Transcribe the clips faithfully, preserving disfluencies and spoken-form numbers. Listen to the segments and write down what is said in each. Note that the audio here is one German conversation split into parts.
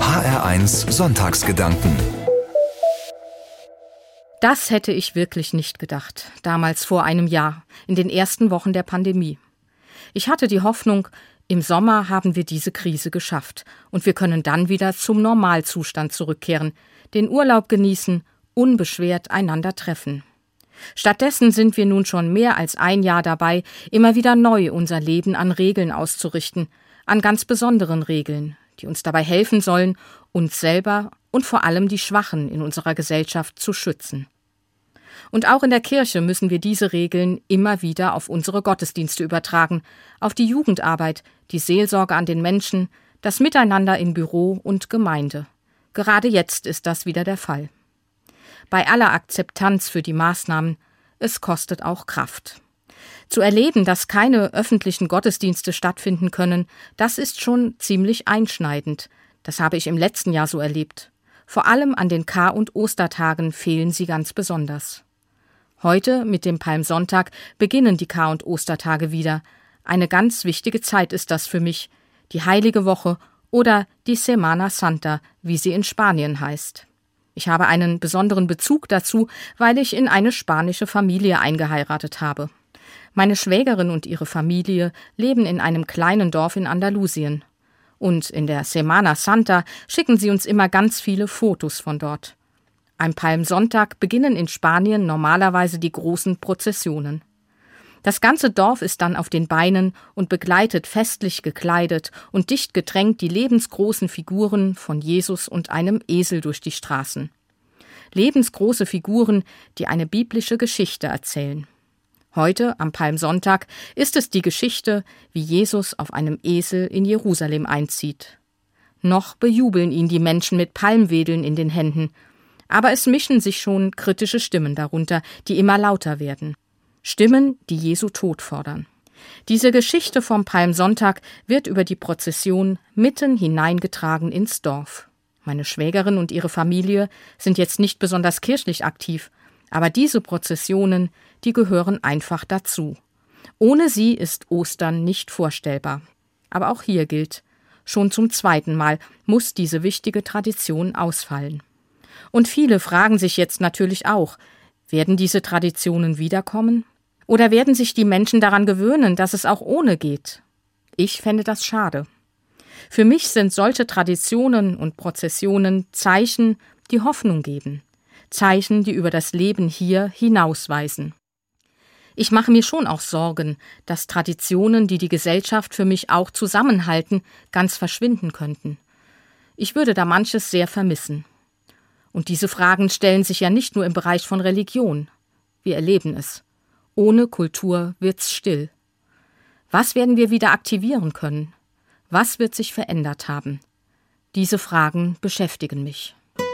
H R eins Sonntagsgedanken. Das hätte ich wirklich nicht gedacht, damals vor einem Jahr, in den ersten Wochen der Pandemie. Ich hatte die Hoffnung, im Sommer haben wir diese Krise geschafft und wir können dann wieder zum Normalzustand zurückkehren, den Urlaub genießen, unbeschwert einander treffen. Stattdessen sind wir nun schon mehr als ein Jahr dabei, immer wieder neu unser Leben an Regeln auszurichten, an ganz besonderen Regeln, die uns dabei helfen sollen, uns selber und vor allem die Schwachen in unserer Gesellschaft zu schützen. Und auch in der Kirche müssen wir diese Regeln immer wieder auf unsere Gottesdienste übertragen, auf die Jugendarbeit, die Seelsorge an den Menschen, das Miteinander in Büro und Gemeinde. Gerade jetzt ist das wieder der Fall. Bei aller Akzeptanz für die Maßnahmen, es kostet auch Kraft. Zu erleben, dass keine öffentlichen Gottesdienste stattfinden können, das ist schon ziemlich einschneidend. Das habe ich im letzten Jahr so erlebt. Vor allem an den Kar- und Ostertagen fehlen sie ganz besonders. Heute, mit dem Palmsonntag, beginnen die Kar- und Ostertage wieder. Eine ganz wichtige Zeit ist das für mich, die Heilige Woche oder die Semana Santa, wie sie in Spanien heißt. Ich habe einen besonderen Bezug dazu, weil ich in eine spanische Familie eingeheiratet habe. Meine Schwägerin und ihre Familie leben in einem kleinen Dorf in Andalusien. Und in der Semana Santa schicken sie uns immer ganz viele Fotos von dort. Am Palmsonntag beginnen in Spanien normalerweise die großen Prozessionen. Das ganze Dorf ist dann auf den Beinen und begleitet festlich gekleidet und dicht gedrängt die lebensgroßen Figuren von Jesus und einem Esel durch die Straßen. Lebensgroße Figuren, die eine biblische Geschichte erzählen. Heute, am Palmsonntag, ist es die Geschichte, wie Jesus auf einem Esel in Jerusalem einzieht. Noch bejubeln ihn die Menschen mit Palmwedeln in den Händen, aber es mischen sich schon kritische Stimmen darunter, die immer lauter werden. Stimmen, die Jesu Tod fordern. Diese Geschichte vom Palmsonntag wird über die Prozession mitten hineingetragen ins Dorf. Meine Schwägerin und ihre Familie sind jetzt nicht besonders kirchlich aktiv, aber diese Prozessionen, die gehören einfach dazu. Ohne sie ist Ostern nicht vorstellbar. Aber auch hier gilt, schon zum zweiten Mal muss diese wichtige Tradition ausfallen. Und viele fragen sich jetzt natürlich auch, werden diese Traditionen wiederkommen? Oder werden sich die Menschen daran gewöhnen, dass es auch ohne geht? Ich fände das schade. Für mich sind solche Traditionen und Prozessionen Zeichen, die Hoffnung geben. Zeichen, die über das Leben hier hinausweisen. Ich mache mir schon auch Sorgen, dass Traditionen, die die Gesellschaft für mich auch zusammenhalten, ganz verschwinden könnten. Ich würde da manches sehr vermissen. Und diese Fragen stellen sich ja nicht nur im Bereich von Religion. Wir erleben es. Ohne Kultur wird's still. Was werden wir wieder aktivieren können? Was wird sich verändert haben? Diese Fragen beschäftigen mich.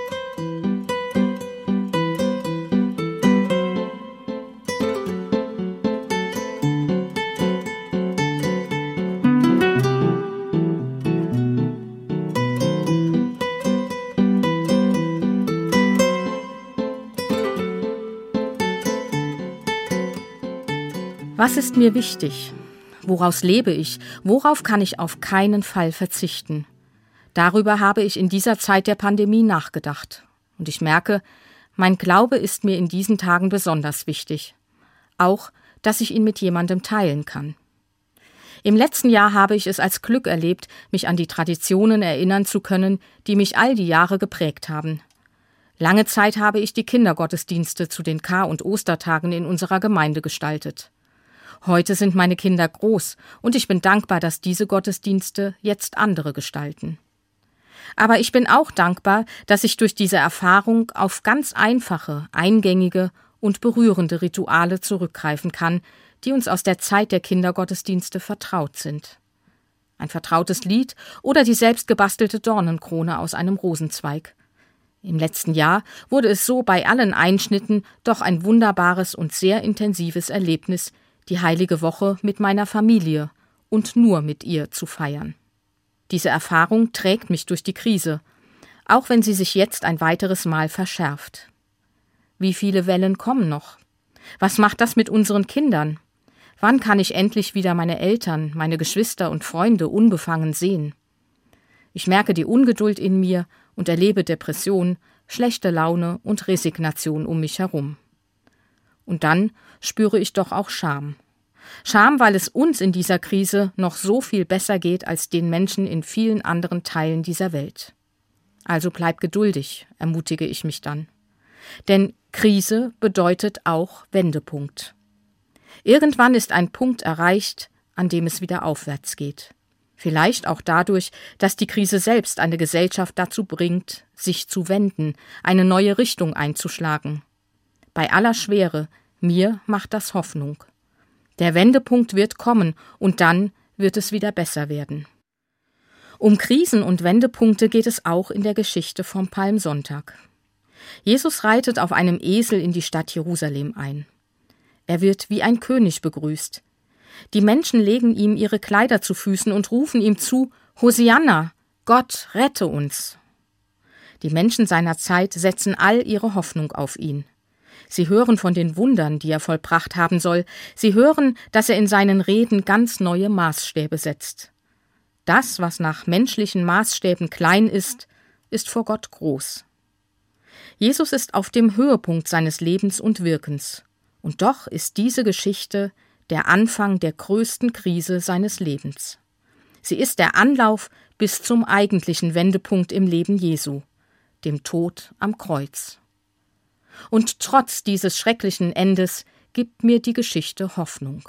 Was ist mir wichtig? Woraus lebe ich? Worauf kann ich auf keinen Fall verzichten? Darüber habe ich in dieser Zeit der Pandemie nachgedacht. Und ich merke, mein Glaube ist mir in diesen Tagen besonders wichtig. Auch, dass ich ihn mit jemandem teilen kann. Im letzten Jahr habe ich es als Glück erlebt, mich an die Traditionen erinnern zu können, die mich all die Jahre geprägt haben. Lange Zeit habe ich die Kindergottesdienste zu den Kar- und Ostertagen in unserer Gemeinde gestaltet. Heute sind meine Kinder groß und ich bin dankbar, dass diese Gottesdienste jetzt andere gestalten. Aber ich bin auch dankbar, dass ich durch diese Erfahrung auf ganz einfache, eingängige und berührende Rituale zurückgreifen kann, die uns aus der Zeit der Kindergottesdienste vertraut sind. Ein vertrautes Lied oder die selbstgebastelte Dornenkrone aus einem Rosenzweig. Im letzten Jahr wurde es so bei allen Einschnitten doch ein wunderbares und sehr intensives Erlebnis, die Heilige Woche mit meiner Familie und nur mit ihr zu feiern. Diese Erfahrung trägt mich durch die Krise, auch wenn sie sich jetzt ein weiteres Mal verschärft. Wie viele Wellen kommen noch? Was macht das mit unseren Kindern? Wann kann ich endlich wieder meine Eltern, meine Geschwister und Freunde unbefangen sehen? Ich merke die Ungeduld in mir und erlebe Depression, schlechte Laune und Resignation um mich herum. Und dann spüre ich doch auch Scham. Scham, weil es uns in dieser Krise noch so viel besser geht als den Menschen in vielen anderen Teilen dieser Welt. Also bleib geduldig, ermutige ich mich dann. Denn Krise bedeutet auch Wendepunkt. Irgendwann ist ein Punkt erreicht, an dem es wieder aufwärts geht. Vielleicht auch dadurch, dass die Krise selbst eine Gesellschaft dazu bringt, sich zu wenden, eine neue Richtung einzuschlagen. Bei aller Schwere, mir macht das Hoffnung. Der Wendepunkt wird kommen und dann wird es wieder besser werden. Um Krisen und Wendepunkte geht es auch in der Geschichte vom Palmsonntag. Jesus reitet auf einem Esel in die Stadt Jerusalem ein. Er wird wie ein König begrüßt. Die Menschen legen ihm ihre Kleider zu Füßen und rufen ihm zu: Hosianna, Gott, rette uns! Die Menschen seiner Zeit setzen all ihre Hoffnung auf ihn. Sie hören von den Wundern, die er vollbracht haben soll. Sie hören, dass er in seinen Reden ganz neue Maßstäbe setzt. Das, was nach menschlichen Maßstäben klein ist, ist vor Gott groß. Jesus ist auf dem Höhepunkt seines Lebens und Wirkens. Und doch ist diese Geschichte der Anfang der größten Krise seines Lebens. Sie ist der Anlauf bis zum eigentlichen Wendepunkt im Leben Jesu, dem Tod am Kreuz. Und trotz dieses schrecklichen Endes gibt mir die Geschichte Hoffnung.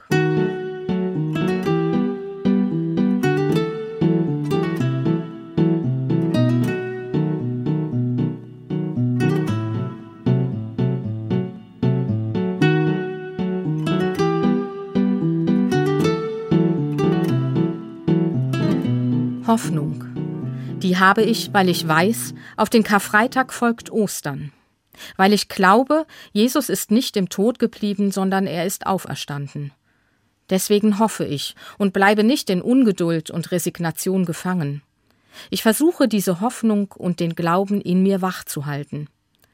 Hoffnung. Die habe ich, weil ich weiß, auf den Karfreitag folgt Ostern. Weil ich glaube, Jesus ist nicht im Tod geblieben, sondern er ist auferstanden. Deswegen hoffe ich und bleibe nicht in Ungeduld und Resignation gefangen. Ich versuche, diese Hoffnung und den Glauben in mir wach zu halten.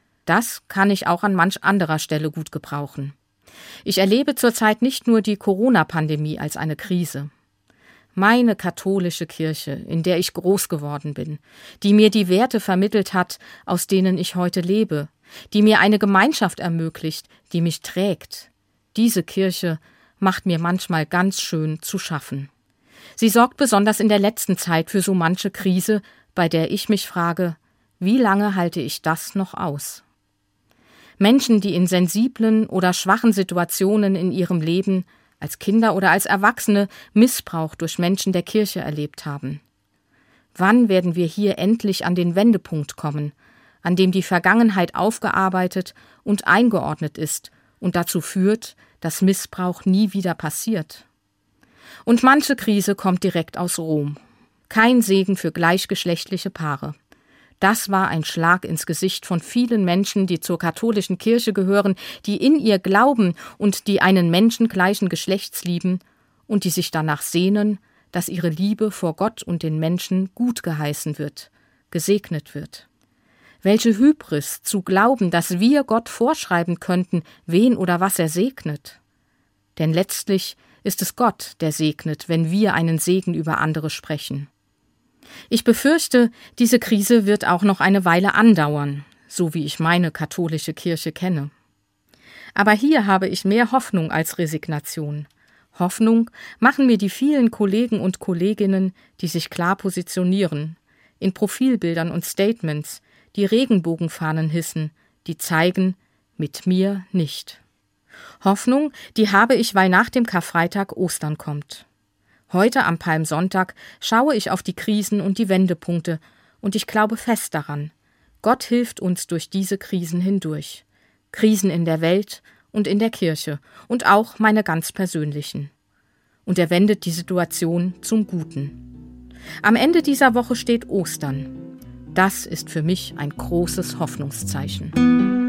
Das kann ich auch an manch anderer Stelle gut gebrauchen. Ich erlebe zurzeit nicht nur die Corona-Pandemie als eine Krise. Meine katholische Kirche, in der ich groß geworden bin, die mir die Werte vermittelt hat, aus denen ich heute lebe, die mir eine Gemeinschaft ermöglicht, die mich trägt. Diese Kirche macht mir manchmal ganz schön zu schaffen. Sie sorgt besonders in der letzten Zeit für so manche Krise, bei der ich mich frage, wie lange halte ich das noch aus? Menschen, die in sensiblen oder schwachen Situationen in ihrem Leben als Kinder oder als Erwachsene Missbrauch durch Menschen der Kirche erlebt haben. Wann werden wir hier endlich an den Wendepunkt kommen, an dem die Vergangenheit aufgearbeitet und eingeordnet ist und dazu führt, dass Missbrauch nie wieder passiert? Und manche Krise kommt direkt aus Rom. Kein Segen für gleichgeschlechtliche Paare. Das war ein Schlag ins Gesicht von vielen Menschen, die zur katholischen Kirche gehören, die in ihr glauben und die einen Menschen gleichen Geschlechts lieben und die sich danach sehnen, dass ihre Liebe vor Gott und den Menschen gut geheißen wird, gesegnet wird. Welche Hybris zu glauben, dass wir Gott vorschreiben könnten, wen oder was er segnet. Denn letztlich ist es Gott, der segnet, wenn wir einen Segen über andere sprechen. Ich befürchte, diese Krise wird auch noch eine Weile andauern, so wie ich meine katholische Kirche kenne. Aber hier habe ich mehr Hoffnung als Resignation. Hoffnung machen mir die vielen Kollegen und Kolleginnen, die sich klar positionieren, in Profilbildern und Statements, die Regenbogenfahnen hissen, die zeigen, mit mir nicht. Hoffnung, die habe ich, weil nach dem Karfreitag Ostern kommt. Heute am Palmsonntag schaue ich auf die Krisen und die Wendepunkte und ich glaube fest daran, Gott hilft uns durch diese Krisen hindurch. Krisen in der Welt und in der Kirche und auch meine ganz persönlichen. Und er wendet die Situation zum Guten. Am Ende dieser Woche steht Ostern. Das ist für mich ein großes Hoffnungszeichen.